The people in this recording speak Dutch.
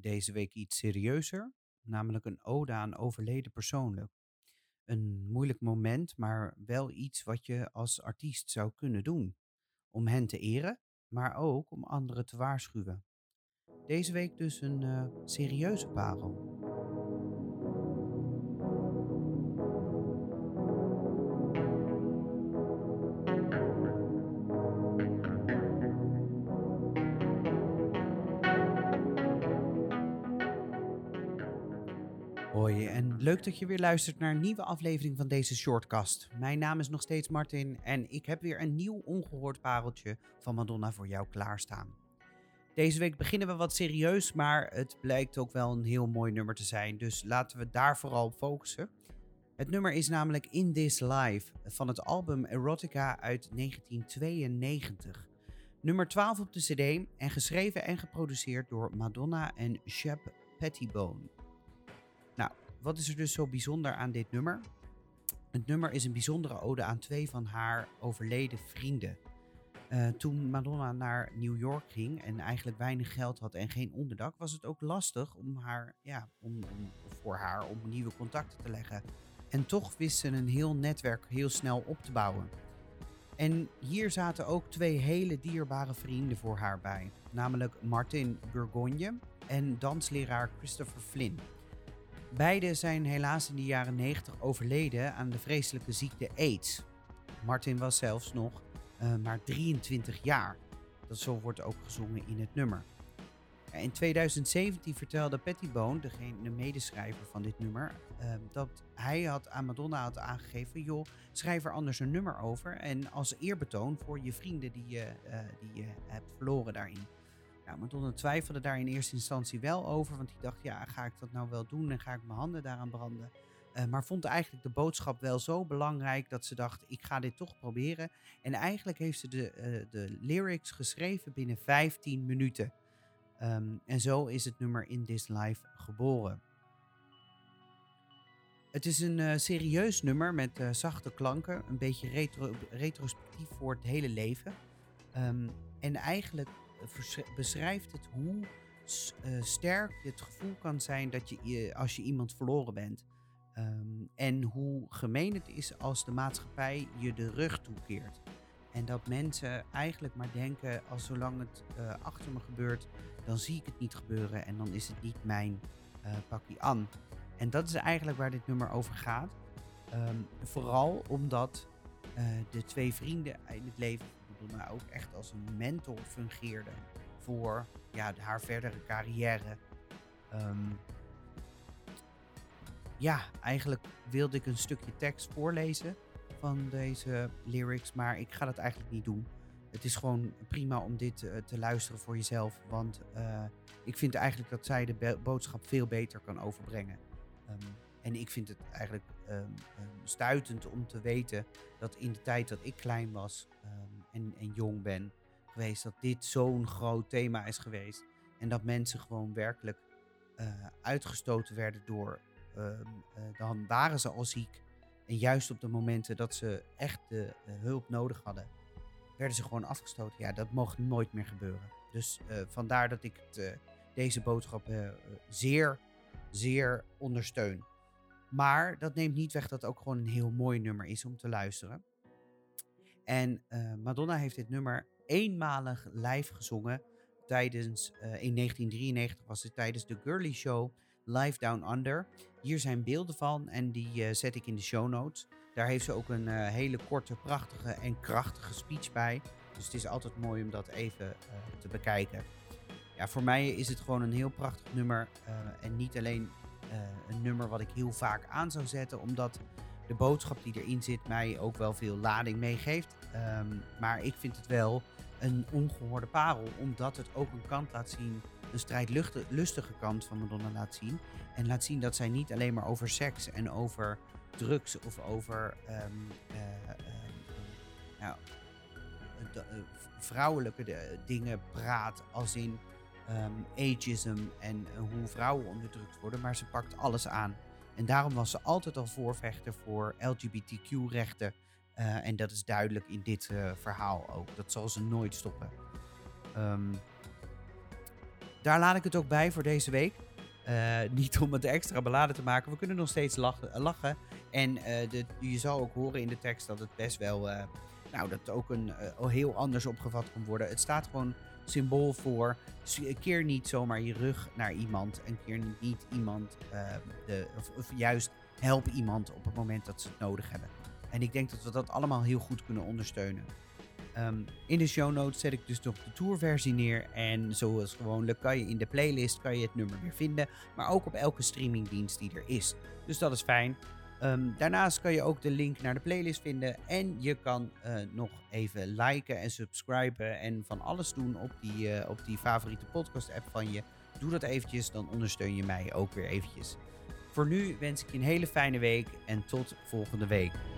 Deze week iets serieuzer, namelijk een ode aan overleden personen. Een moeilijk moment, maar wel iets wat je als artiest zou kunnen doen. Om hen te eren, maar ook om anderen te waarschuwen. Deze week dus een serieuze parel. Hoi en leuk dat je weer luistert naar een nieuwe aflevering van deze shortcast. Mijn naam is nog steeds Martin en ik heb weer een nieuw ongehoord pareltje van Madonna voor jou klaarstaan. Deze week beginnen we wat serieus, maar het blijkt ook wel een heel mooi nummer te zijn, dus laten we daar vooral op focussen. Het nummer is namelijk In This Life van het album Erotica uit 1992. Nummer 12 op de cd en geschreven en geproduceerd door Madonna en Shep Pettibone. Nou, wat is er dus zo bijzonder aan dit nummer? Het nummer is een bijzondere ode aan twee van haar overleden vrienden. Toen Madonna naar New York ging en eigenlijk weinig geld had en geen onderdak, was het ook lastig om voor haar om nieuwe contacten te leggen. En toch wist ze een heel netwerk heel snel op te bouwen. En hier zaten ook twee hele dierbare vrienden voor haar bij. Namelijk Martin Burgonje en dansleraar Christopher Flynn. Beide zijn helaas in de jaren 90 overleden aan de vreselijke ziekte AIDS. Martin was zelfs nog maar 23 jaar. Dat zo wordt ook gezongen in het nummer. Ja, in 2017 vertelde Pettibone, de medeschrijver van dit nummer, dat hij aan Madonna had aangegeven: joh, schrijf er anders een nummer over. En als eerbetoon voor je vrienden die je hebt verloren daarin. Nou, Madonna twijfelde daar in eerste instantie wel over, want hij dacht, ja, ga ik dat nou wel doen en ga ik mijn handen daaraan branden? Maar vond eigenlijk de boodschap wel zo belangrijk dat ze dacht, ik ga dit toch proberen. En eigenlijk heeft ze de lyrics geschreven binnen 15 minuten. En zo is het nummer In This Life geboren. Het is een serieus nummer met zachte klanken, een beetje retrospectief voor het hele leven. En eigenlijk beschrijft het hoe sterk het gevoel kan zijn dat als je iemand verloren bent. En hoe gemeen het is als de maatschappij je de rug toekeert. En dat mensen eigenlijk maar denken, als zolang het achter me gebeurt, dan zie ik het niet gebeuren en dan is het niet mijn pakkie aan. En dat is eigenlijk waar dit nummer over gaat. Vooral omdat de twee vrienden in het leven van Madonna ook echt als een mentor fungeerden voor haar verdere carrière. Ehm, Eigenlijk wilde ik een stukje tekst voorlezen van deze lyrics, maar ik ga dat eigenlijk niet doen. Het is gewoon prima om dit te luisteren voor jezelf, want ik vind eigenlijk dat zij de boodschap veel beter kan overbrengen. Ehm, en ik vind het eigenlijk stuitend om te weten dat in de tijd dat ik klein was en jong ben geweest, dat dit zo'n groot thema is geweest. En dat mensen gewoon werkelijk uitgestoten werden door dan waren ze al ziek. En juist op de momenten dat ze echt de hulp nodig hadden, werden ze gewoon afgestoten. Ja, dat mocht nooit meer gebeuren. Dus vandaar dat ik deze boodschap zeer, zeer ondersteun. Maar dat neemt niet weg dat het ook gewoon een heel mooi nummer is om te luisteren. En Madonna heeft dit nummer eenmalig live gezongen tijdens, in 1993 was het tijdens de Girly Show Live Down Under. Hier zijn beelden van en die zet ik in de show notes. Daar heeft ze ook een hele korte, prachtige en krachtige speech bij. Dus het is altijd mooi om dat even te bekijken. Ja, voor mij is het gewoon een heel prachtig nummer. En niet alleen een nummer wat ik heel vaak aan zou zetten, omdat de boodschap die erin zit mij ook wel veel lading meegeeft. Maar ik vind het wel een ongehoorde parel, omdat het ook een kant laat zien, een strijdlustige kant van Madonna laat zien. En laat zien dat zij niet alleen maar over seks en over drugs of over nou, vrouwelijke dingen praat, als in ageism en hoe vrouwen onderdrukt worden, maar ze pakt alles aan. En daarom was ze altijd al voorvechter voor LGBTQ-rechten. En dat is duidelijk in dit verhaal ook. Dat zal ze nooit stoppen. Daar laat ik het ook bij voor deze week. Niet om het extra beladen te maken. We kunnen nog steeds lachen. En je zal ook horen in de tekst dat het best wel... dat het ook heel anders opgevat kan worden. Het staat gewoon symbool voor... keer niet zomaar je rug naar iemand. En keer niet iemand... of juist help iemand op het moment dat ze het nodig hebben. En ik denk dat we dat allemaal heel goed kunnen ondersteunen. In de show notes zet ik dus nog de tourversie neer. En zoals gewoonlijk kan je in de playlist het nummer weer vinden. Maar ook op elke streamingdienst die er is. Dus dat is fijn. Daarnaast kan je ook de link naar de playlist vinden. En je kan nog even liken en subscriben. En van alles doen op die favoriete podcast app van je. Doe dat eventjes, dan ondersteun je mij ook weer eventjes. Voor nu wens ik je een hele fijne week. En tot volgende week.